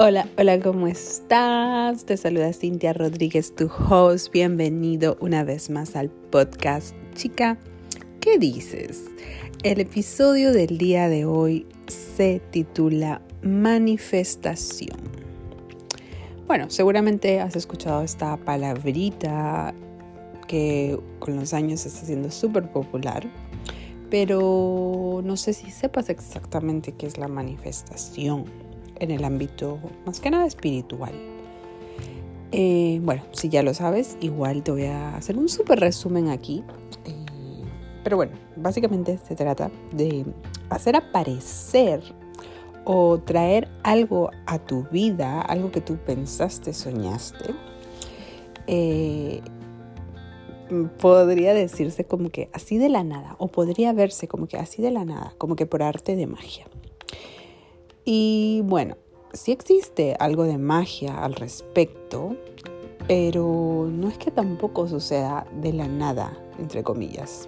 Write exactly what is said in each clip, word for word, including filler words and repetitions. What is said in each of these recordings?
Hola, hola, ¿cómo estás? Te saluda Cintia Rodríguez, tu host. Bienvenido una vez más al podcast. Chica, ¿qué dices? El episodio del día de hoy se titula Manifestación. Bueno, seguramente has escuchado esta palabrita que con los años se está haciendo súper popular, pero no sé si sepas exactamente qué es la manifestación en el ámbito más que nada espiritual. Eh, bueno, si ya lo sabes, igual te voy a hacer un súper resumen aquí. Eh, pero bueno, básicamente se trata de hacer aparecer o traer algo a tu vida, algo que tú pensaste, soñaste. Eh, podría decirse como que así de la nada, o podría verse como que así de la nada, como que por arte de magia. Y bueno, sí existe algo de magia al respecto, pero no es que tampoco suceda de la nada, entre comillas.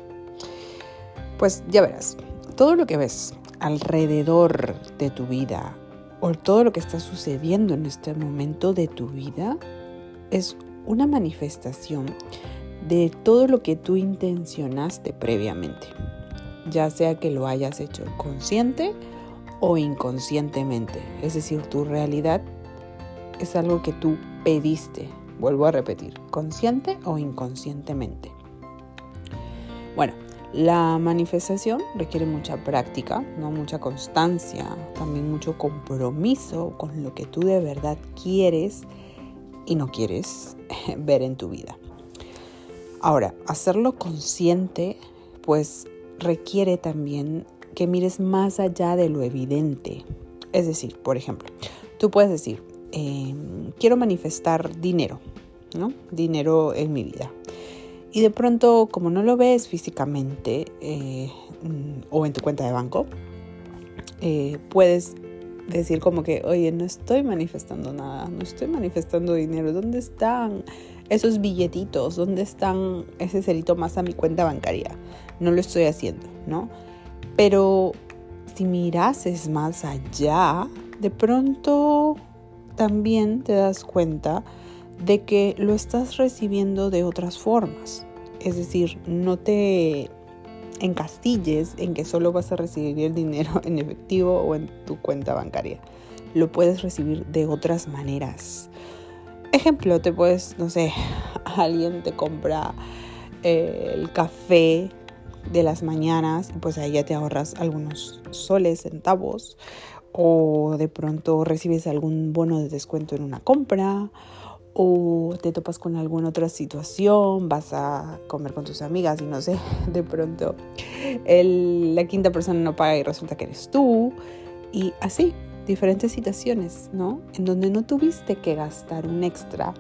Pues ya verás, todo lo que ves alrededor de tu vida o todo lo que está sucediendo en este momento de tu vida es una manifestación de todo lo que tú intencionaste previamente, ya sea que lo hayas hecho consciente o inconscientemente. Es decir, tu realidad es algo que tú pediste. Vuelvo a repetir, consciente o inconscientemente. Bueno, la manifestación requiere mucha práctica, ¿no? Mucha constancia, también mucho compromiso con lo que tú de verdad quieres y no quieres ver en tu vida. Ahora, hacerlo consciente, pues requiere también que mires más allá de lo evidente. Es decir, por ejemplo, tú puedes decir, eh, quiero manifestar dinero, ¿no? Dinero en mi vida. Y de pronto, como no lo ves físicamente eh, o en tu cuenta de banco, eh, puedes decir como que, oye, no estoy manifestando nada, no estoy manifestando dinero. ¿Dónde están esos billetitos? ¿Dónde están ese cerito más a mi cuenta bancaria? No lo estoy haciendo, ¿no? Pero si mirases más allá, de pronto también te das cuenta de que lo estás recibiendo de otras formas. Es decir, no te encastilles en que solo vas a recibir el dinero en efectivo o en tu cuenta bancaria. Lo puedes recibir de otras maneras. Ejemplo, te puedes, no sé, alguien te compra eh, el café de las mañanas, pues ahí ya te ahorras algunos soles, centavos, o de pronto recibes algún bono de descuento en una compra, o te topas con alguna otra situación, vas a comer con tus amigas y no sé, de pronto el, la quinta persona no paga y resulta que eres tú, y así, diferentes situaciones, ¿no? En donde no tuviste que gastar un extra.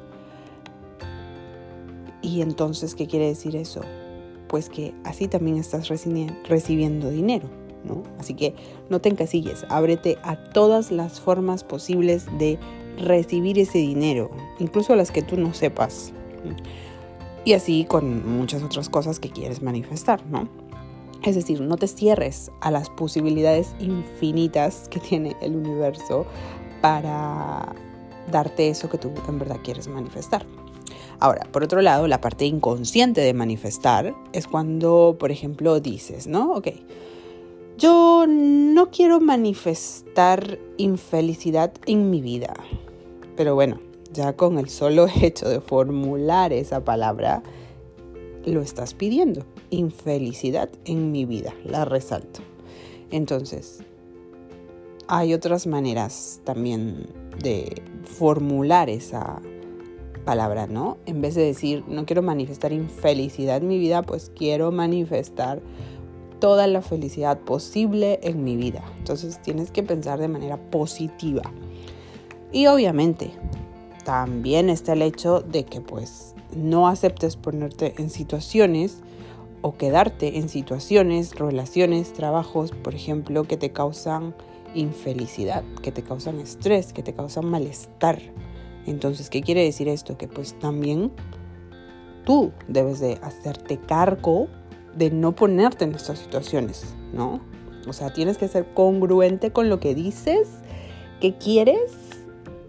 Y entonces, ¿qué quiere decir eso? Pues que así también estás recibi- recibiendo dinero, ¿no? Así que no te encasilles, ábrete a todas las formas posibles de recibir ese dinero, incluso a las que tú no sepas. Y así con muchas otras cosas que quieres manifestar, ¿no? Es decir, no te cierres a las posibilidades infinitas que tiene el universo para darte eso que tú en verdad quieres manifestar. Ahora, por otro lado, la parte inconsciente de manifestar es cuando, por ejemplo, dices, ¿no? Ok, yo no quiero manifestar infelicidad en mi vida. Pero bueno, ya con el solo hecho de formular esa palabra, lo estás pidiendo. Infelicidad en mi vida, la resalto. Entonces, hay otras maneras también de formular esa palabra, ¿no? En vez de decir, no quiero manifestar infelicidad en mi vida, pues quiero manifestar toda la felicidad posible en mi vida. Entonces tienes que pensar de manera positiva. Y obviamente también está el hecho de que pues no aceptes ponerte en situaciones o quedarte en situaciones, relaciones, trabajos, por ejemplo, que te causan infelicidad, que te causan estrés, que te causan malestar. Entonces, ¿qué quiere decir esto? Que pues también tú debes de hacerte cargo de no ponerte en estas situaciones, ¿no? O sea, tienes que ser congruente con lo que dices, que quieres,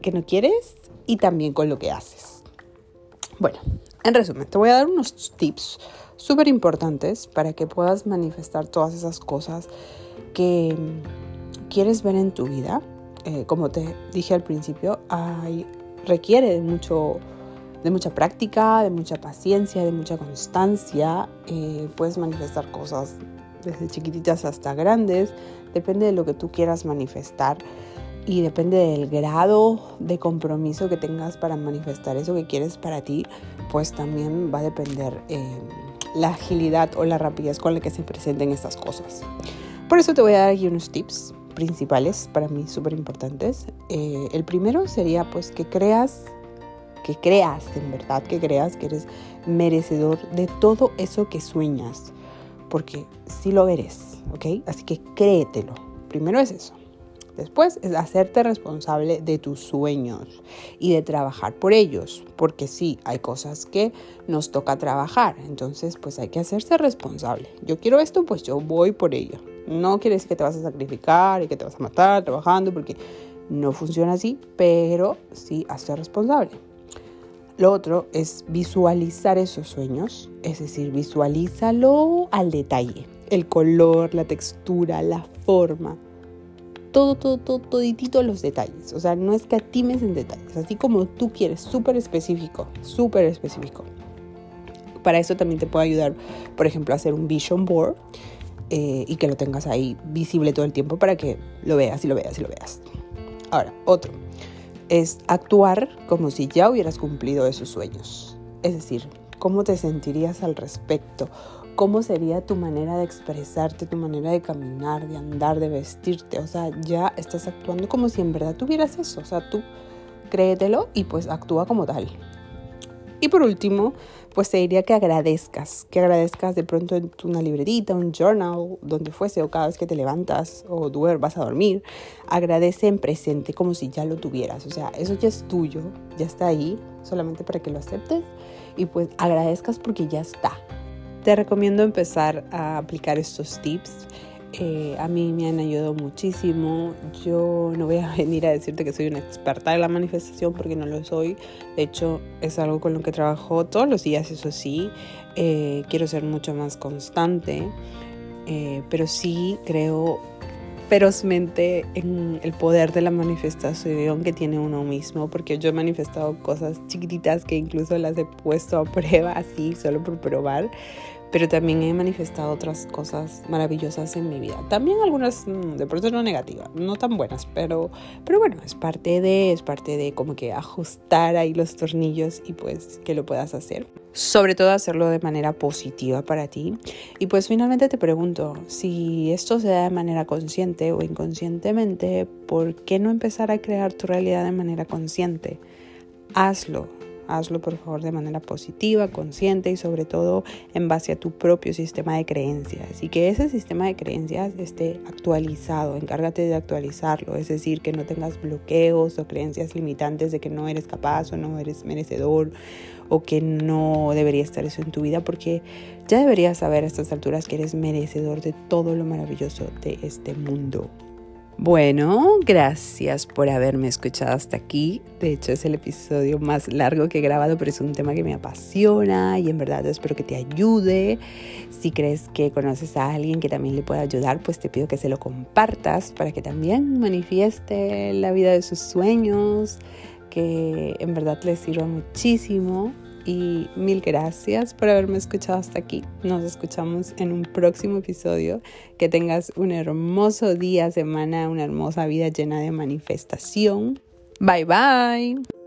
que no quieres y también con lo que haces. Bueno, en resumen, te voy a dar unos tips súper importantes para que puedas manifestar todas esas cosas que quieres ver en tu vida. Eh, como te dije al principio, hay, requiere de, mucho, de mucha práctica, de mucha paciencia, de mucha constancia. Eh, puedes manifestar cosas desde chiquititas hasta grandes. Depende de lo que tú quieras manifestar y depende del grado de compromiso que tengas para manifestar eso que quieres para ti. Pues también va a depender eh, la agilidad o la rapidez con la que se presenten estas cosas. Por eso te voy a dar aquí unos tips principales para mí súper importantes. Eh, el primero sería pues que creas, que creas en verdad, que creas que eres merecedor de todo eso que sueñas, porque sí lo eres, ¿ok? Así que créetelo. Primero es eso. Después es hacerte responsable de tus sueños y de trabajar por ellos, porque sí, hay cosas que nos toca trabajar, entonces pues hay que hacerse responsable. Yo quiero esto, pues yo voy por ello. No quiere decir que te vas a sacrificar y que te vas a matar trabajando, porque no funciona así, pero sí hazte responsable. Lo otro es visualizar esos sueños, es decir, visualízalo al detalle. El color, la textura, la forma, todo, todo, todo, toditito los detalles. O sea, no escatimes en detalles, así como tú quieres, súper específico, súper específico. Para eso también te puede ayudar, por ejemplo, a hacer un vision board eh, y que lo tengas ahí visible todo el tiempo para que lo veas y lo veas y lo veas. Ahora, otro es actuar como si ya hubieras cumplido esos sueños. Es decir, ¿cómo te sentirías al respecto? ¿Cómo sería tu manera de expresarte, tu manera de caminar, de andar, de vestirte? O sea, ya estás actuando como si en verdad tuvieras eso. O sea, tú créetelo y pues actúa como tal. Y por último, pues te diría que agradezcas. Que agradezcas de pronto en una libretita, un journal, donde fuese, o cada vez que te levantas o duer, vas a dormir. Agradece en presente como si ya lo tuvieras. O sea, eso ya es tuyo, ya está ahí, solamente para que lo aceptes. Y pues agradezcas porque ya está. Te recomiendo empezar a aplicar estos tips. Eh, a mí me han ayudado muchísimo. Yo no voy a venir a decirte que soy una experta en la manifestación porque no lo soy. De hecho, es algo con lo que trabajo todos los días, eso sí. Eh, quiero ser mucho más constante, eh, pero sí creo ferozmente en el poder de la manifestación que tiene uno mismo, porque yo he manifestado cosas chiquititas que incluso las he puesto a prueba así, solo por probar. Pero también he manifestado otras cosas maravillosas en mi vida. También algunas de pronto no negativas, no tan buenas, pero, pero bueno, es parte de, es parte de como que ajustar ahí los tornillos y pues que lo puedas hacer. Sobre todo hacerlo de manera positiva para ti. Y pues finalmente te pregunto, si esto se da de manera consciente o inconscientemente, ¿por qué no empezar a crear tu realidad de manera consciente? Hazlo. Hazlo por favor de manera positiva, consciente y sobre todo en base a tu propio sistema de creencias. Y que ese sistema de creencias esté actualizado, encárgate de actualizarlo. Es decir, que no tengas bloqueos o creencias limitantes de que no eres capaz o no eres merecedor o que no debería estar eso en tu vida, porque ya deberías saber a estas alturas que eres merecedor de todo lo maravilloso de este mundo. Bueno, gracias por haberme escuchado hasta aquí. De hecho, es el episodio más largo que he grabado, pero es un tema que me apasiona y en verdad espero que te ayude. Si crees que conoces a alguien que también le pueda ayudar, pues te pido que se lo compartas para que también manifieste la vida de sus sueños, que en verdad les sirva muchísimo. Y mil gracias por haberme escuchado hasta aquí. Nos escuchamos en un próximo episodio. Que tengas un hermoso día, semana, una hermosa vida llena de manifestación. Bye bye.